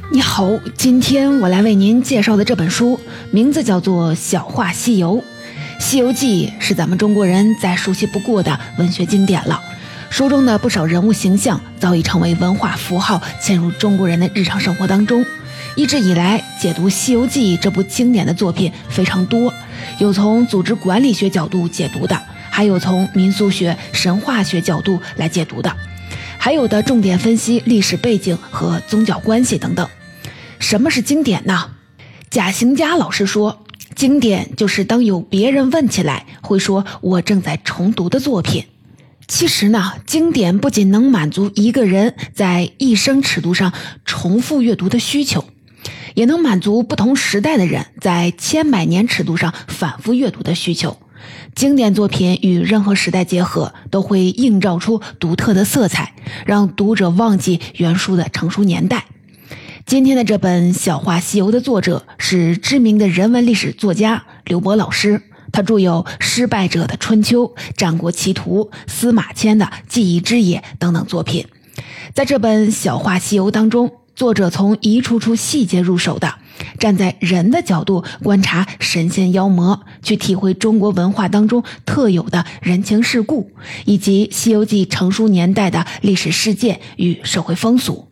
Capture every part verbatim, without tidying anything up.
你好，今天我来为您介绍的这本书名字叫做《小话西游》。《西游记》是咱们中国人再熟悉不过的文学经典了，书中的不少人物形象早已成为文化符号，嵌入中国人的日常生活当中。一直以来，解读《西游记》这部经典的作品非常多，有从组织管理学角度解读的，还有从民俗学、神话学角度来解读的，还有的重点分析历史背景和宗教关系等等。什么是经典呢？贾行家老师说，经典就是当有别人问起来，会说我正在重读的作品。其实呢，经典不仅能满足一个人在一生尺度上重复阅读的需求，也能满足不同时代的人在千百年尺度上反复阅读的需求。经典作品与任何时代结合，都会映照出独特的色彩，让读者忘记原书的成书年代。今天的这本《小话西游》的作者是知名的人文历史作家刘伯老师，他著有《失败者的春秋》、《战国奇图》、司马迁的《记忆之野》等等作品。在这本《小话西游》当中，作者从一处处细节入手的，站在人的角度观察神仙妖魔，去体会中国文化当中特有的人情世故，以及《西游记》成书年代的历史事件与社会风俗。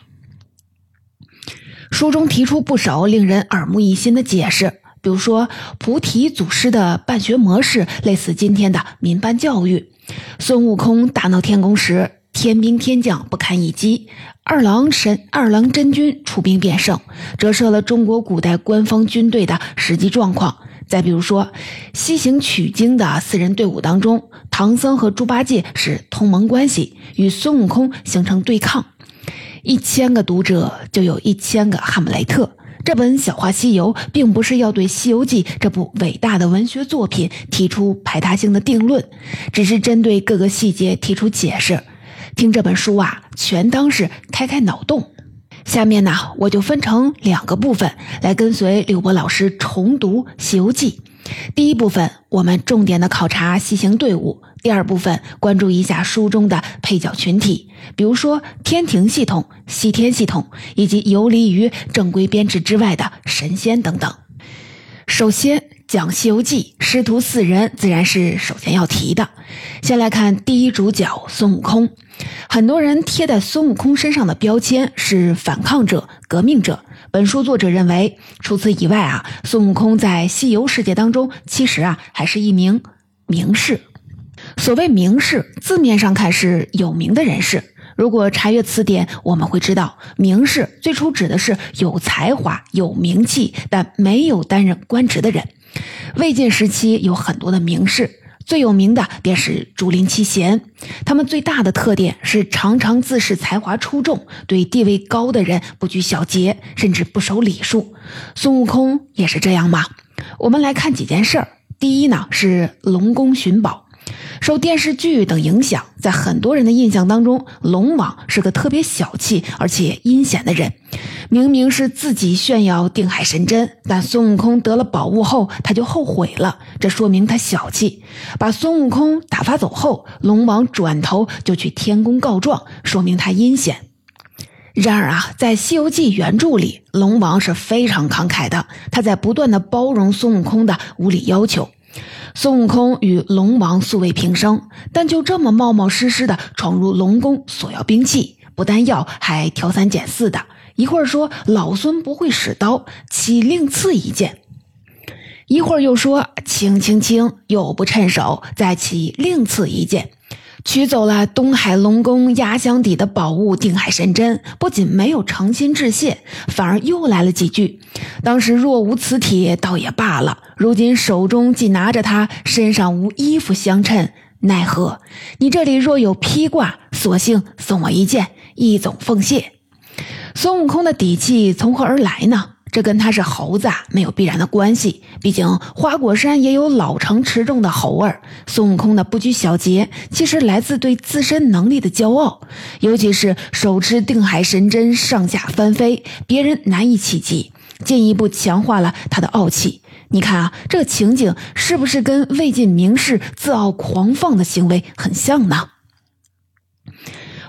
书中提出不少令人耳目一新的解释，比如说菩提祖师的办学模式类似今天的民办教育，孙悟空大闹天宫时天兵天将不堪一击，二郎神二郎真君出兵变胜，折射了中国古代官方军队的实际状况。再比如说西行取经的四人队伍当中，唐僧和猪八戒是同盟关系，与孙悟空形成对抗。一千个读者就有一千个哈姆雷特。这本《小话西游》并不是要对《西游记》这部伟大的文学作品提出排他性的定论，只是针对各个细节提出解释。听这本书啊，全当是开开脑洞。下面呢，我就分成两个部分来跟随刘伯老师重读《西游记》。第一部分，我们重点的考察西行队伍；第二部分，关注一下书中的配角群体，比如说天庭系统、西天系统，以及游离于正规编制之外的神仙等等。首先讲《西游记》，师徒四人自然是首先要提的。先来看第一主角孙悟空。很多人贴在孙悟空身上的标签是反抗者、革命者。本书作者认为，除此以外啊，孙悟空在西游世界当中其实啊还是一名名士。所谓名士，字面上看是有名的人士。如果查阅词典，我们会知道，名士最初指的是有才华、有名气，但没有担任官职的人。魏晋时期有很多的名士，最有名的便是竹林七贤。他们最大的特点是常常自恃才华出众，对地位高的人不拘小节，甚至不守礼数。孙悟空也是这样吗？我们来看几件事儿。第一呢，是龙宫寻宝。受电视剧等影响，在很多人的印象当中，龙王是个特别小气而且阴险的人。明明是自己炫耀定海神针，但孙悟空得了宝物后他就后悔了，这说明他小气。把孙悟空打发走后，龙王转头就去天宫告状，说明他阴险。然而啊，在《西游记》原著里，龙王是非常慷慨的，他在不断的包容孙悟空的无理要求。孙悟空与龙王素未平生，但就这么冒冒失失的闯入龙宫索要兵器，不但要，还挑三拣四的，一会儿说老孙不会使刀，岂另赐一件；一会儿又说轻轻轻，又不趁手，再起另赐一件。取走了东海龙宫压箱底的宝物定海神针，不仅没有诚心致谢，反而又来了几句：当时若无此帖倒也罢了，如今手中既拿着它，身上无衣服相衬，奈何你这里若有披挂，索性送我一件，一总奉谢。孙悟空的底气从何而来呢？这跟他是猴子啊没有必然的关系，毕竟花果山也有老成持重的猴儿。孙悟空的不拘小节其实来自对自身能力的骄傲，尤其是手持定海神针上下翻飞，别人难以企及，进一步强化了他的傲气。你看啊，这个情景是不是跟魏晋名士自傲狂放的行为很像呢？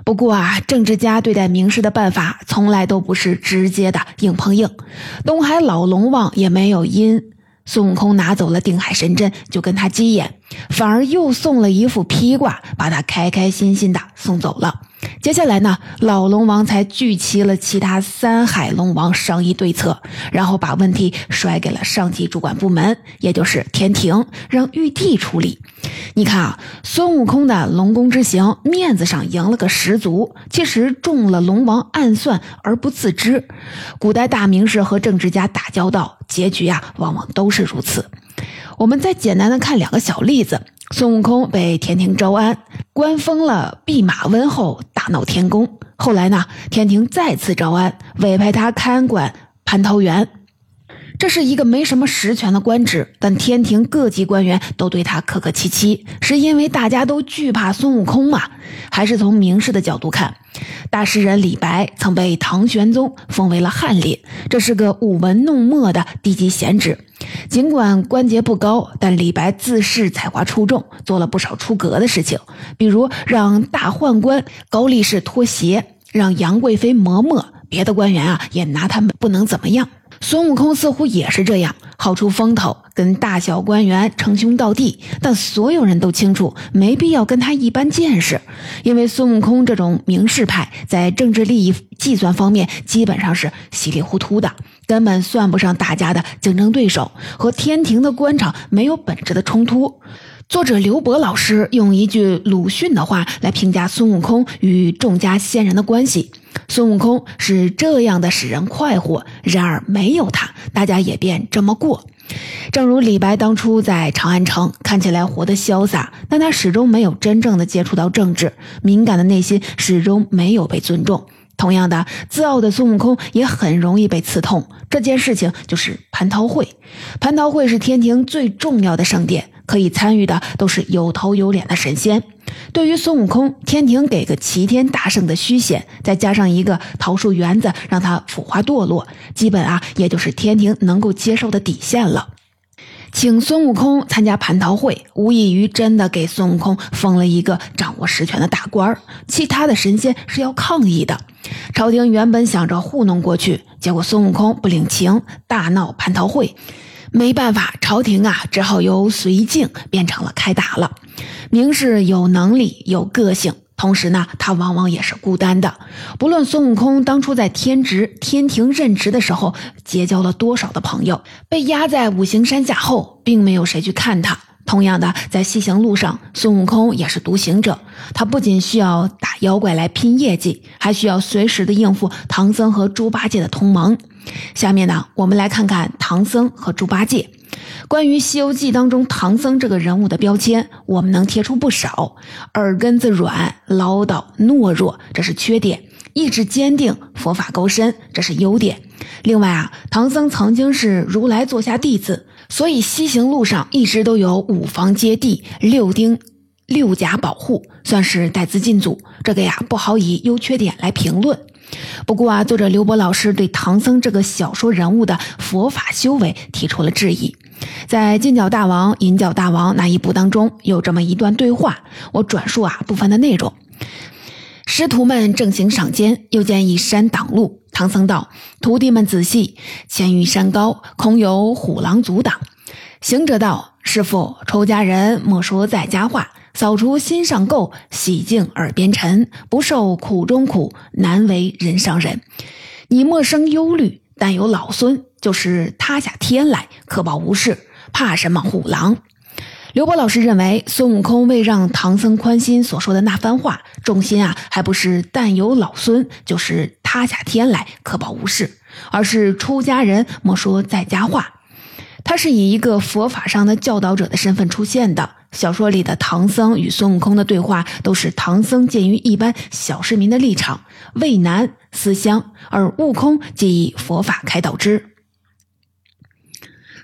不过啊，政治家对待名士的办法从来都不是直接的硬碰硬。东海老龙王也没有因孙悟空拿走了定海神针就跟他急眼，反而又送了一副披挂，把他开开心心的送走了。接下来呢，老龙王才聚齐了其他三海龙王商议对策，然后把问题甩给了上级主管部门，也就是天庭，让玉帝处理。你看啊，孙悟空的龙宫之行，面子上赢了个十足，其实中了龙王暗算而不自知。古代大名士和政治家打交道，结局啊，往往都是如此。我们再简单的看两个小例子。孙悟空被天庭招安，官封了弼马温后，大闹天宫。后来呢，天庭再次招安，委派他看管蟠桃园。这是一个没什么实权的官职，但天庭各级官员都对他客客气气，是因为大家都惧怕孙悟空嘛？还是从名士的角度看，大诗人李白曾被唐玄宗封为了翰林，这是个舞文弄墨的低级闲职。尽管官阶不高，但李白自恃才华出众，做了不少出格的事情，比如让大宦官高力士脱鞋，让杨贵妃磨墨，别的官员啊也拿他们不能怎么样。孙悟空似乎也是这样，好出风头，跟大小官员称兄道弟，但所有人都清楚没必要跟他一般见识，因为孙悟空这种名士派在政治利益计算方面基本上是稀里糊涂的，根本算不上大家的竞争对手，和天庭的官场没有本质的冲突。作者刘伯老师用一句鲁迅的话来评价孙悟空与众家仙人的关系：孙悟空是这样的使人快活，然而没有他，大家也便这么过。正如李白当初在长安城看起来活得潇洒，但他始终没有真正的接触到政治，敏感的内心始终没有被尊重。同样的，自傲的孙悟空也很容易被刺痛。这件事情就是蟠桃会。蟠桃会是天庭最重要的圣典，可以参与的都是有头有脸的神仙。对于孙悟空，天庭给个齐天大圣的虚显，再加上一个桃树园子让他腐化堕落，基本啊，也就是天庭能够接受的底线了。请孙悟空参加蟠桃会，无异于真的给孙悟空封了一个掌握实权的大官，其他的神仙是要抗议的。朝廷原本想着糊弄过去，结果孙悟空不领情，大闹蟠桃会。没办法，朝廷啊只好由绥靖变成了开打了。名士有能力有个性，同时呢他往往也是孤单的。不论孙悟空当初在天职天庭任职的时候结交了多少的朋友，被压在五行山下后并没有谁去看他。同样的，在西行路上，孙悟空也是独行者，他不仅需要打妖怪来拼业绩，还需要随时的应付唐僧和猪八戒的同盟。下面呢，我们来看看唐僧和猪八戒。关于《西游记》当中唐僧这个人物的标签，我们能贴出不少：耳根子软、唠叨、懦弱，这是缺点；意志坚定、佛法高深，这是优点。另外啊，唐僧曾经是如来座下弟子，所以西行路上一直都有五方接地、六丁六甲保护，算是带资进组。这个呀，不好以优缺点来评论。不过啊，作者刘伯老师对唐僧这个小说人物的佛法修为提出了质疑。在金角大王、银角大王那一部当中，有这么一段对话，我转述啊部分的内容。师徒们正行上间，又见一山挡路。唐僧道：徒弟们仔细，前于山高，恐有虎狼阻挡。行者道：师父，出家人莫说在家话，扫除心上垢，洗净耳边尘，不受苦中苦，难为人上人。你莫生忧虑，但有老孙，就是塌下天来，可保无事，怕什么虎狼？刘伯老师认为，孙悟空为让唐僧宽心所说的那番话，重心啊，还不是但有老孙，就是塌下天来，可保无事，而是出家人莫说在家话。他是以一个佛法上的教导者的身份出现的。小说里的唐僧与孙悟空的对话，都是唐僧鉴于一般小市民的立场，畏难思乡，而悟空即以佛法开导之。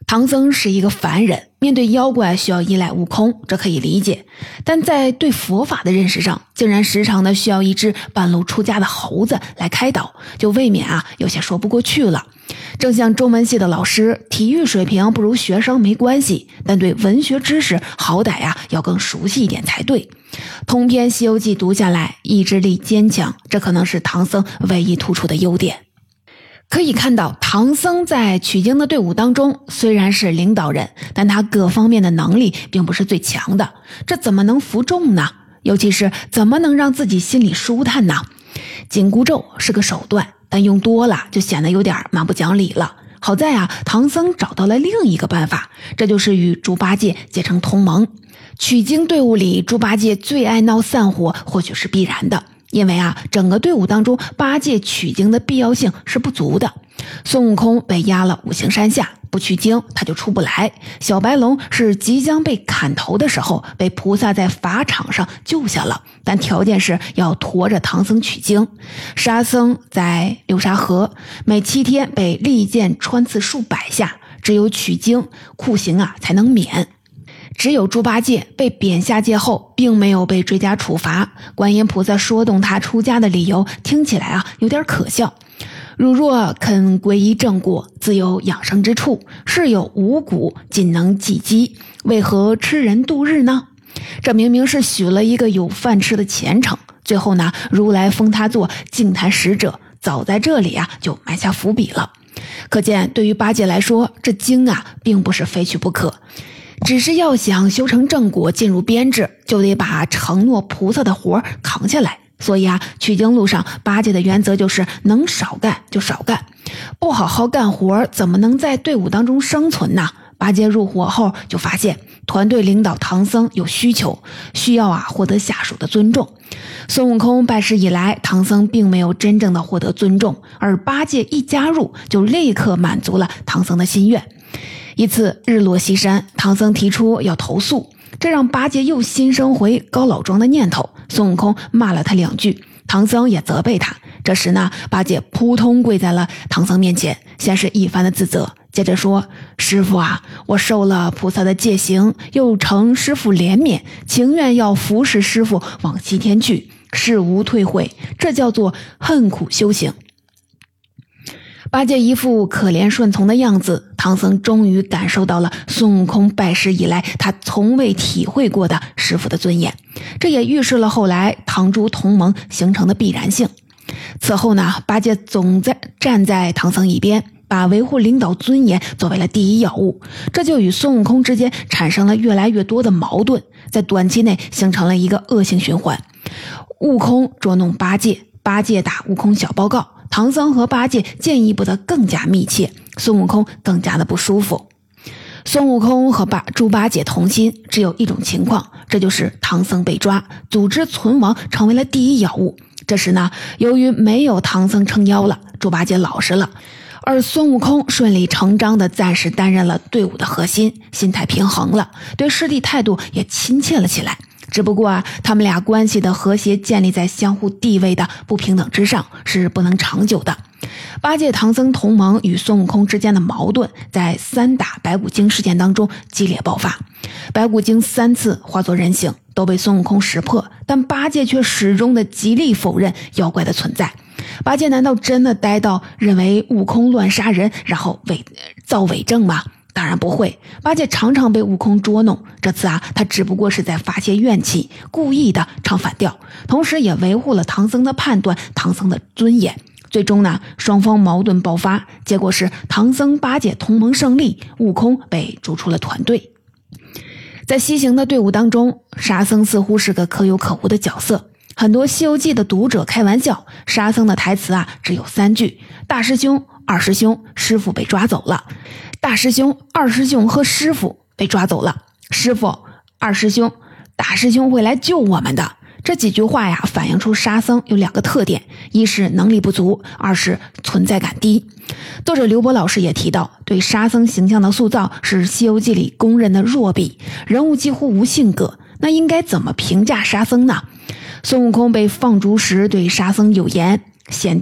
唐僧是一个凡人，面对妖怪需要依赖悟空，这可以理解。但在对佛法的认识上，竟然时常的需要一只半路出家的猴子来开导，就未免啊有些说不过去了。正像中文系的老师，体育水平不如学生没关系，但对文学知识好歹呀要更熟悉一点才对。通篇《西游记》读下来，意志力坚强，这可能是唐僧唯一突出的优点。可以看到，唐僧在取经的队伍当中虽然是领导人，但他各方面的能力并不是最强的，这怎么能服众呢？尤其是怎么能让自己心里舒坦呢？紧箍咒是个手段，但用多了就显得有点蛮不讲理了。好在啊，唐僧找到了另一个办法，这就是与猪八戒结成同盟。取经队伍里，猪八戒最爱闹散伙，或许是必然的。因为啊，整个队伍当中，八戒取经的必要性是不足的。孙悟空被压了五行山下，不取经他就出不来。小白龙是即将被砍头的时候，被菩萨在法场上救下了，但条件是要驮着唐僧取经。沙僧在流沙河每七天被利剑穿刺数百下，只有取经酷刑啊才能免。只有猪八戒被贬下界后并没有被追加处罚，观音菩萨说动他出家的理由听起来啊有点可笑。汝若肯皈依正果，自有养生之处，是有五谷仅能济饥，为何吃人度日呢？这明明是许了一个有饭吃的前程，最后呢，如来封他做净坛使者，早在这里啊就埋下伏笔了。可见对于八戒来说，这经啊并不是非去不可，只是要想修成正果进入编制，就得把承诺菩萨的活扛下来。所以啊，取经路上八戒的原则就是能少干就少干，不好好干活怎么能在队伍当中生存呢？八戒入伙后就发现团队领导唐僧有需求，需要啊获得下属的尊重。孙悟空拜师以来，唐僧并没有真正的获得尊重，而八戒一加入就立刻满足了唐僧的心愿。一次日落西山，唐僧提出要投宿，这让八戒又心生回高老庄的念头。孙悟空骂了他两句，唐僧也责备他。这时呢，八戒扑通跪在了唐僧面前，先是一番的自责，接着说：师父啊，我受了菩萨的戒行，又承师父怜悯，情愿要服侍师父往西天去，誓无退悔，这叫做恨苦修行。八戒一副可怜顺从的样子，唐僧终于感受到了孙悟空拜师以来他从未体会过的师父的尊严，这也预示了后来唐猪同盟形成的必然性。此后呢，八戒总在站在唐僧一边，把维护领导尊严作为了第一要务，这就与孙悟空之间产生了越来越多的矛盾，在短期内形成了一个恶性循环。悟空捉弄八戒，八戒打悟空小报告，唐僧和八戒进一步的更加密切，孙悟空更加的不舒服。孙悟空和八猪八戒同心，只有一种情况，这就是唐僧被抓，组织存亡成为了第一要务。这时呢，由于没有唐僧撑腰了，猪八戒老实了，而孙悟空顺理成章地暂时担任了队伍的核心，心态平衡了，对师弟态度也亲切了起来。只不过啊，他们俩关系的和谐建立在相互地位的不平等之上，是不能长久的。八戒唐僧同盟与孙悟空之间的矛盾在三打白骨精事件当中激烈爆发，白骨精三次化作人形都被孙悟空识破，但八戒却始终的极力否认妖怪的存在。八戒难道真的呆到认为悟空乱杀人然后伪造伪证吗？当然不会，八戒常常被悟空捉弄，这次啊，他只不过是在发泄怨气，故意的唱反调，同时也维护了唐僧的判断，唐僧的尊严。最终呢，双方矛盾爆发，结果是唐僧八戒同盟胜利，悟空被逐出了团队。在西行的队伍当中，沙僧似乎是个可有可无的角色。很多《西游记》的读者开玩笑，沙僧的台词啊只有三句：大师兄、二师兄、师傅被抓走了。大师兄、二师兄和师傅被抓走了，师傅、二师兄、大师兄会来救我们的。这几句话呀，反映出沙僧有两个特点：一是能力不足，二是存在感低。作者刘波老师也提到，对沙僧形象的塑造是《西游记》里公认的弱笔，人物几乎无性格。那应该怎么评价沙僧呢？孙悟空被放逐时对沙僧有言：贤弟，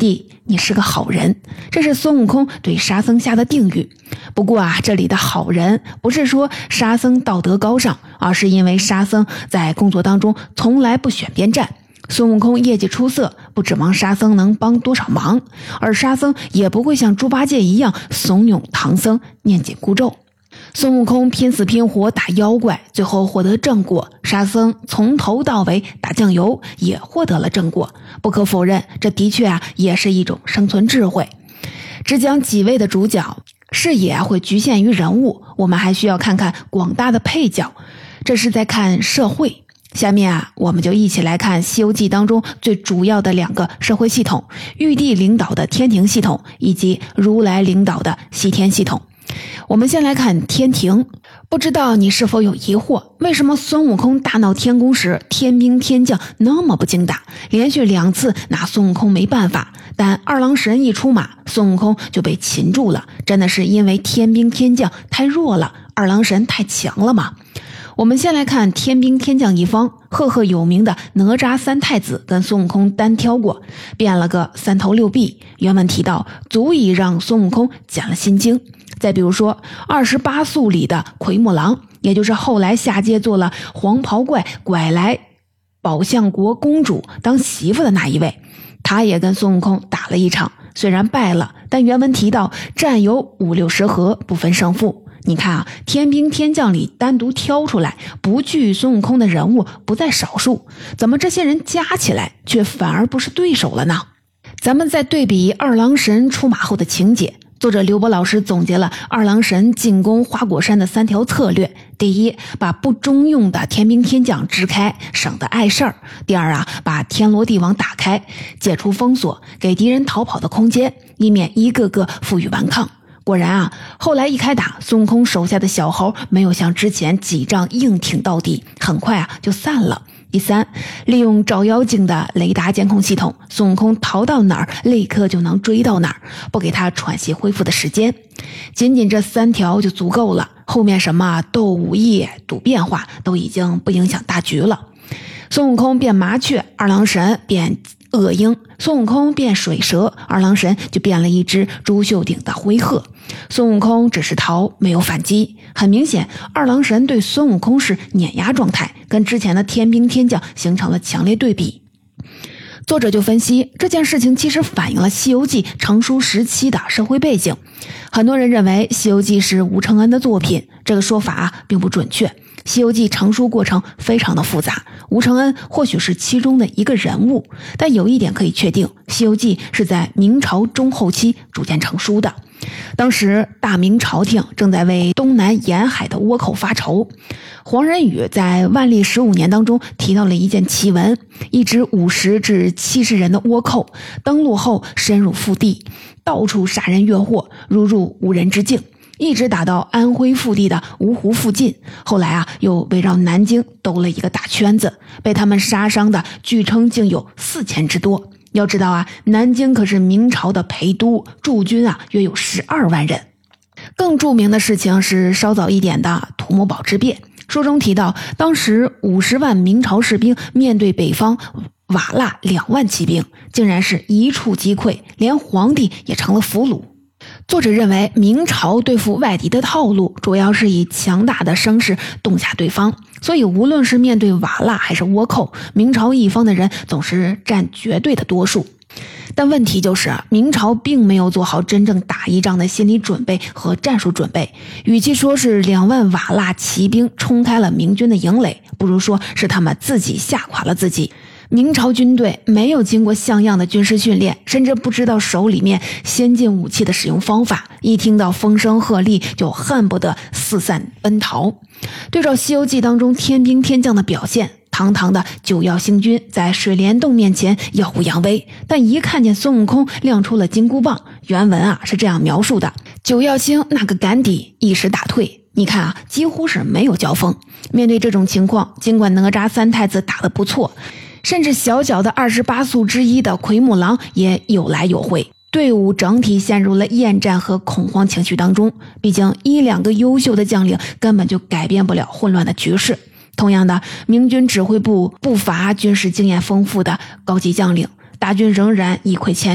你是个好人。这是孙悟空对沙僧下的定语。不过啊，这里的好人不是说沙僧道德高尚，而是因为沙僧在工作当中从来不选边站。孙悟空业绩出色，不指望沙僧能帮多少忙，而沙僧也不会像猪八戒一样怂恿唐僧念紧箍咒。孙悟空拼死拼活打妖怪，最后获得正果；沙僧从头到尾打酱油，也获得了正果。不可否认，这的确啊也是一种生存智慧。只讲几位的主角，视野会局限于人物，我们还需要看看广大的配角，这是在看社会。下面啊，我们就一起来看《西游记》当中最主要的两个社会系统：玉帝领导的天庭系统，以及如来领导的西天系统。我们先来看天庭。不知道你是否有疑惑，为什么孙悟空大闹天宫时，天兵天将那么不经打，连续两次拿孙悟空没办法，但二郎神一出马，孙悟空就被擒住了？真的是因为天兵天将太弱了，二郎神太强了吗？我们先来看天兵天将一方，赫赫有名的哪吒三太子跟孙悟空单挑过，变了个三头六臂，原文提到足以让孙悟空减了心惊。再比如说二十八宿里的奎木狼，也就是后来下界做了黄袍怪，拐来宝象国公主当媳妇的那一位，他也跟孙悟空打了一场，虽然败了，但原文提到战有五六十合，不分胜负。你看啊，天兵天将里单独挑出来不惧孙悟空的人物不在少数，怎么这些人加起来却反而不是对手了呢？咱们再对比二郎神出马后的情节，作者刘波老师总结了二郎神进攻花果山的三条策略。第一，把不中用的天兵天将支开，省得碍事儿。第二啊，把天罗地网打开，解除封锁，给敌人逃跑的空间，以免一个个负隅顽抗。果然啊，后来一开打，孙悟空手下的小猴没有像之前几仗硬挺到底，很快啊就散了。第三，利用照妖镜的雷达监控系统，孙悟空逃到哪儿立刻就能追到哪儿，不给他喘息恢复的时间。仅仅这三条就足够了，后面什么斗武艺、赌变化都已经不影响大局了。孙悟空变麻雀，二郎神变恶鹰；孙悟空变水蛇，二郎神就变了一只朱绣顶的灰鹤。孙悟空只是逃，没有反击。很明显，二郎神对孙悟空是碾压状态，跟之前的天兵天将形成了强烈对比。作者就分析，这件事情其实反映了《西游记》成书时期的社会背景。很多人认为《西游记》是吴承恩的作品，这个说法、啊、并不准确。《西游记》成书过程非常的复杂，吴承恩或许是其中的一个人物，但有一点可以确定，《西游记》是在明朝中后期逐渐成书的。当时大明朝廷正在为东南沿海的倭寇发愁，黄仁宇在万历十五年当中提到了一件奇闻，一支五十至七十人的倭寇登陆后深入腹地，到处杀人越货，如入无人之境，一直打到安徽腹地的芜湖附近，后来啊又围绕南京兜了一个大圈子，被他们杀伤的据称竟有四千之多。要知道啊，南京可是明朝的陪都，驻军啊约有十二万人。更著名的事情是稍早一点的土木堡之变。书中提到，当时五十万明朝士兵面对北方瓦剌两万骑兵，竟然是一触即溃，连皇帝也成了俘虏。作者认为，明朝对付外敌的套路主要是以强大的声势动下对方，所以无论是面对瓦剌还是倭寇，明朝一方的人总是占绝对的多数。但问题就是，明朝并没有做好真正打一仗的心理准备和战术准备。与其说是两万瓦剌骑兵冲开了明军的营垒，不如说是他们自己吓垮了自己。明朝军队没有经过像样的军事训练，甚至不知道手里面先进武器的使用方法，一听到风声鹤唳就恨不得四散奔逃。对照《西游记》当中天兵天将的表现，堂堂的九曜星君在水帘洞面前耀武扬威，但一看见孙悟空亮出了金箍棒，原文啊是这样描述的：九曜星那个杆底一时打退。你看啊，几乎是没有交锋。面对这种情况，尽管哪吒三太子打得不错，甚至小小的二十八宿之一的奎木狼也有来有回，队伍整体陷入了厌战和恐慌情绪当中。毕竟一两个优秀的将领根本就改变不了混乱的局势。同样的，明军指挥部不乏军事经验丰富的高级将领，大军仍然一溃千里。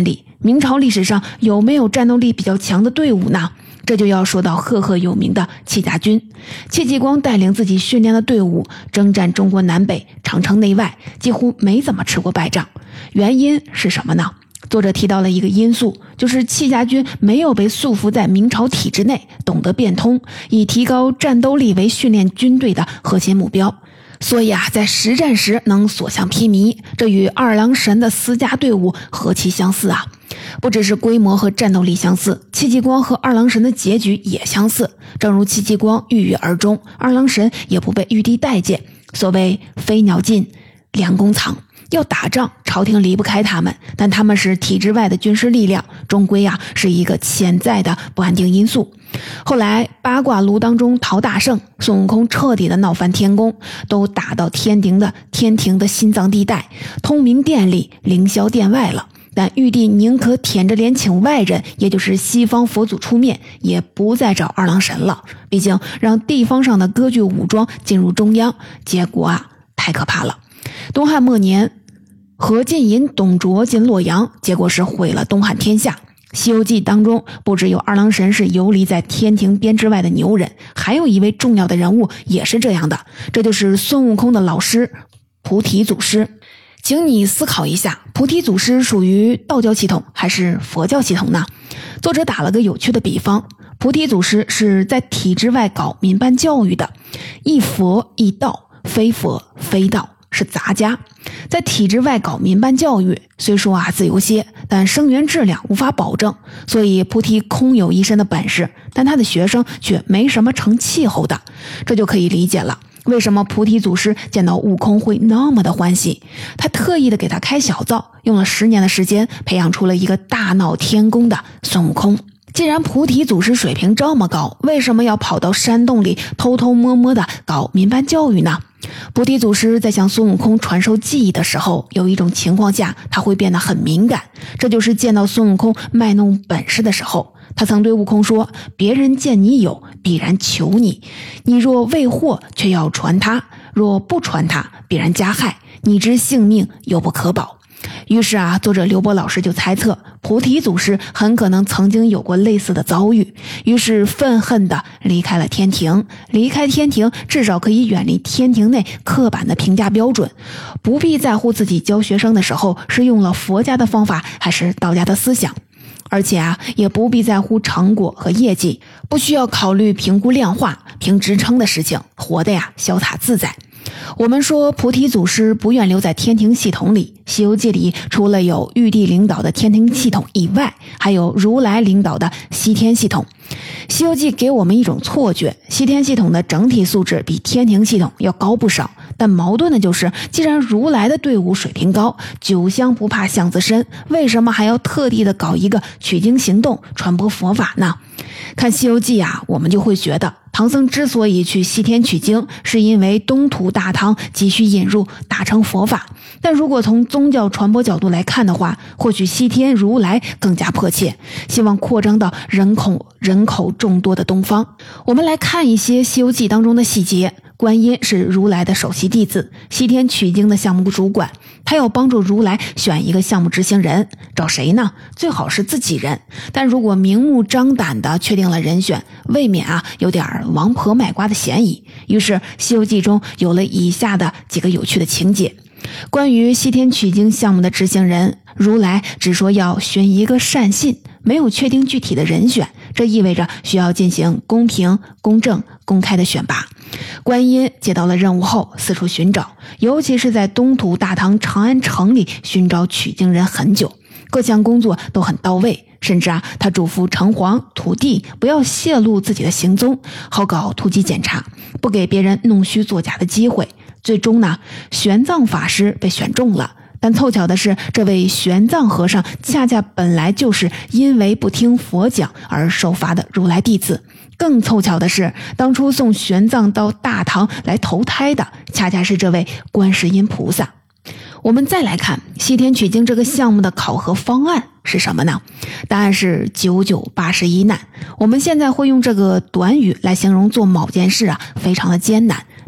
明朝历史上有没有战斗力比较强的队伍呢？这就要说到赫赫有名的戚家军。戚继光带领自己训练的队伍征战中国南北、长城内外，几乎没怎么吃过败仗。原因是什么呢？作者提到了一个因素，就是戚家军没有被束缚在明朝体制内，懂得变通，以提高战斗力为训练军队的核心目标。所以啊，在实战时能所向披靡，这与二郎神的私家队伍何其相似啊！不只是规模和战斗力相似，戚继光和二郎神的结局也相似。正如戚继光郁郁而终，二郎神也不被玉帝待见。所谓飞鸟尽，良弓藏，要打仗，朝廷离不开他们，但他们是体制外的军事力量，终归啊是一个潜在的不安定因素。后来八卦炉当中陶大圣，孙悟空彻底的闹翻天宫，都打到天庭的天庭的心脏地带，通明殿里，凌霄殿外了。但玉帝宁可舔着脸请外人，也就是西方佛祖出面，也不再找二郎神了。毕竟让地方上的割据武装进入中央，结果啊太可怕了。东汉末年，何进引董卓进洛阳，结果是毁了东汉天下。西游记当中不只有二郎神是游离在天庭编制外的牛人，还有一位重要的人物也是这样的，这就是孙悟空的老师菩提祖师。请你思考一下，菩提祖师属于道教系统还是佛教系统呢？作者打了个有趣的比方，菩提祖师是在体制外搞民办教育的，一佛一道，非佛非道，是杂家。在体制外搞民办教育，虽说啊自由些，但生源质量无法保证，所以菩提空有一身的本事，但他的学生却没什么成气候的，这就可以理解了为什么菩提祖师见到悟空会那么的欢喜。他特意的给他开小灶，用了十年的时间培养出了一个大闹天宫的孙悟空。既然菩提祖师水平这么高，为什么要跑到山洞里偷偷摸摸的搞民办教育呢？菩提祖师在向孙悟空传授技艺的时候，有一种情况下他会变得很敏感，这就是见到孙悟空卖弄本事的时候。他曾对悟空说，别人见你有，必然求你，你若未获，却要传他，若不传他，必然加害，你之性命犹不可保。于是啊，作者刘波老师就猜测菩提祖师很可能曾经有过类似的遭遇，于是愤恨地离开了天庭。离开天庭，至少可以远离天庭内刻板的评价标准，不必在乎自己教学生的时候是用了佛家的方法还是道家的思想，而且啊，也不必在乎成果和业绩，不需要考虑评估量化、评职称的事情，活得呀潇洒自在。我们说菩提祖师不愿留在天庭系统里，西游记里除了有玉帝领导的天庭系统以外，还有如来领导的西天系统。西游记给我们一种错觉，西天系统的整体素质比天庭系统要高不少，但矛盾的就是，既然如来的队伍水平高，酒香不怕巷子深，为什么还要特地的搞一个取经行动传播佛法呢？看西游记啊，我们就会觉得唐僧之所以去西天取经，是因为东土大唐急需引入大乘佛法。但如果从宗教传播角度来看的话，或许西天如来更加迫切，希望扩张到人口人口众多的东方。我们来看一些西游记当中的细节。观音是如来的首席弟子，西天取经的项目主管，他要帮助如来选一个项目执行人，找谁呢？最好是自己人，但如果明目张胆的确定了人选，未免啊有点王婆卖瓜的嫌疑。于是西游记中有了以下的几个有趣的情节。关于西天取经项目的执行人，如来只说要寻一个善信，没有确定具体的人选，这意味着需要进行公平、公正、公开的选拔。观音接到了任务后四处寻找，尤其是在东土大唐长安城里寻找取经人很久，各项工作都很到位，甚至啊，他嘱咐城隍、土地不要泄露自己的行踪，好搞突击检查，不给别人弄虚作假的机会。最终呢，玄奘法师被选中了，但凑巧的是，这位玄奘和尚恰恰本来就是因为不听佛讲而受罚的如来弟子。更凑巧的是，当初送玄奘到大唐来投胎的，恰恰是这位观世音菩萨。我们再来看西天取经这个项目的考核方案是什么呢？答案是九九八十一难。我们现在会用这个短语来形容做某件事啊，非常的艰难。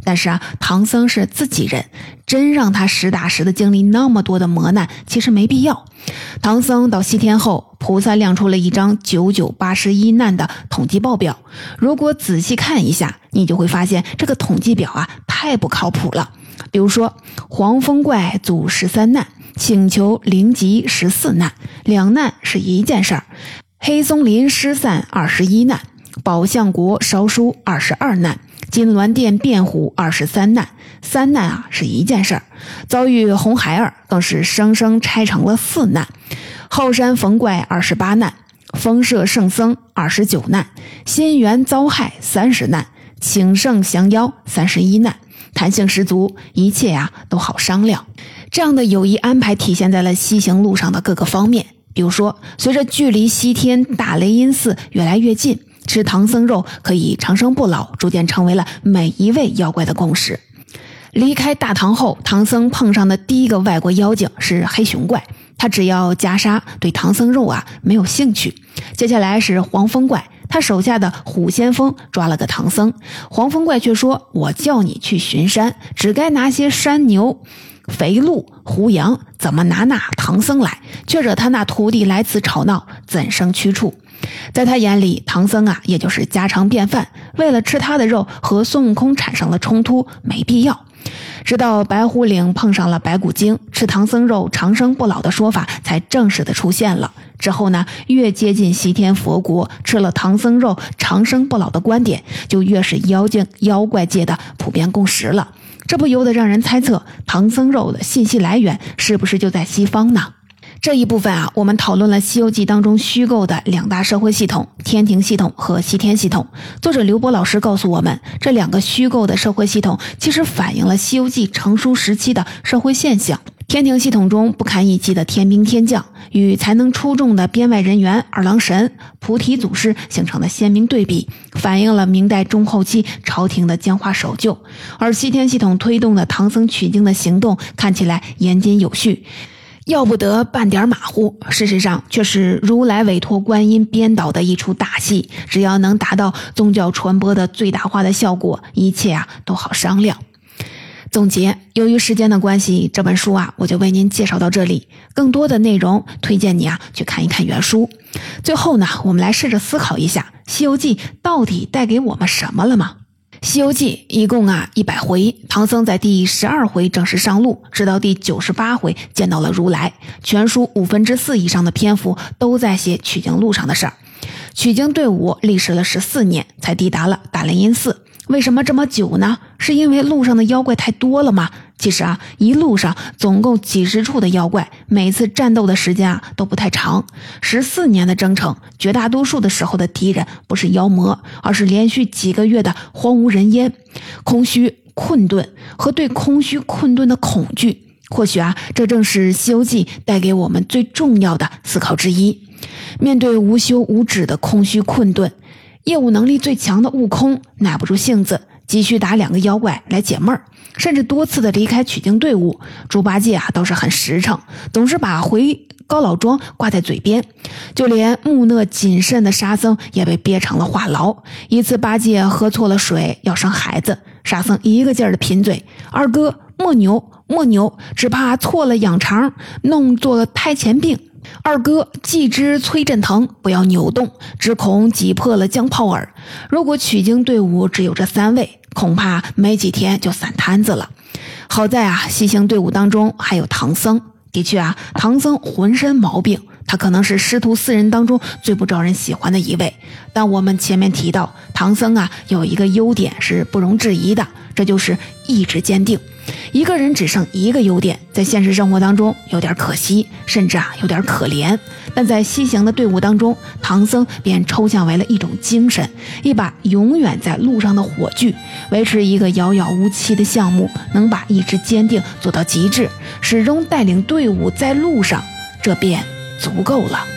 但是啊，唐僧是自己人，真让他实打实的经历那么多的磨难，其实没必要。唐僧到西天后，菩萨亮出了一张九九八十一难的统计报表。如果仔细看一下，你就会发现这个统计表啊太不靠谱了。比如说，黄风怪阻十三难，请求灵吉十四难，两难是一件事儿；黑松林失散二十一难，宝象国烧书二十二难，金銮殿变虎二十三难，三难啊是一件事儿；遭遇红孩儿更是生生拆成了四难，后山逢怪二十八难，风舍圣僧二十九难，仙缘遭害三十难，请圣降妖三十一难，弹性十足，一切啊都好商量。这样的有意安排体现在了西行路上的各个方面。比如说，随着距离西天大雷音寺越来越近，吃唐僧肉可以长生不老逐渐成为了每一位妖怪的共识。离开大唐后，唐僧碰上的第一个外国妖精是黑熊怪，他只要袈裟，对唐僧肉啊没有兴趣。接下来是黄风怪，他手下的虎先锋抓了个唐僧，黄风怪却说，我叫你去巡山，只该拿些山牛肥鹿胡杨，怎么拿那唐僧来，却惹他那徒弟来此吵闹，怎生驱处。在他眼里，唐僧啊也就是家常便饭，为了吃他的肉和孙悟空产生了冲突，没必要。直到白虎岭碰上了白骨精，吃唐僧肉长生不老的说法才正式的出现了。之后呢，越接近西天佛国，吃了唐僧肉长生不老的观点就越是妖精妖怪界的普遍共识了。这不由得让人猜测，唐僧肉的信息来源是不是就在西方呢？这一部分啊，我们讨论了《西游记》当中虚构的两大社会系统，天庭系统和西天系统。作者刘波老师告诉我们，这两个虚构的社会系统其实反映了《西游记》成书时期的社会现象。天庭系统中不堪一击的天兵天将与才能出众的编外人员二郎神、菩提祖师形成了鲜明对比，反映了明代中后期朝廷的僵化守旧。而西天系统推动的唐僧取经的行动看起来严谨有序，要不得半点马虎，事实上却是如来委托观音编导的一出大戏，只要能达到宗教传播的最大化的效果，一切啊都好商量。总结，由于时间的关系，这本书啊我就为您介绍到这里，更多的内容推荐你啊去看一看原书。最后呢，我们来试着思考一下，西游记到底带给我们什么了吗？西游记一共啊一百回，唐僧在第十二回正式上路，直到第九十八回见到了如来，全书五分之四以上的篇幅都在写取经路上的事儿。取经队伍历时了十四年才抵达了大雷音寺。为什么这么久呢？是因为路上的妖怪太多了吗？其实啊，一路上总共几十处的妖怪，每次战斗的时间啊都不太长。十四年的征程，绝大多数的时候的敌人不是妖魔，而是连续几个月的荒无人烟、空虚困顿和对空虚困顿的恐惧。或许啊，这正是《西游记》带给我们最重要的思考之一。面对无休无止的空虚困顿，业务能力最强的悟空耐不住性子，急需打两个妖怪来解闷儿，甚至多次的离开取经队伍。猪八戒啊倒是很实诚，总是把回高老庄挂在嘴边，就连木讷谨慎的沙僧也被憋成了话痨。一次八戒喝错了水要生孩子，沙僧一个劲儿的贫嘴，二哥莫牛莫牛，只怕错了养肠，弄作胎前病。二哥既知崔振腾不要扭动，只恐挤破了江泡耳。如果取经队伍只有这三位，恐怕没几天就散摊子了。好在啊，西行队伍当中还有唐僧。的确啊，唐僧浑身毛病，他可能是师徒四人当中最不招人喜欢的一位。但我们前面提到，唐僧啊有一个优点是不容置疑的，这就是意志坚定。一个人只剩一个优点，在现实生活当中有点可惜，甚至啊有点可怜。但在西行的队伍当中，唐僧便抽象为了一种精神，一把永远在路上的火炬，维持一个遥遥无期的项目，能把意志坚定做到极致，始终带领队伍在路上，这便足够了。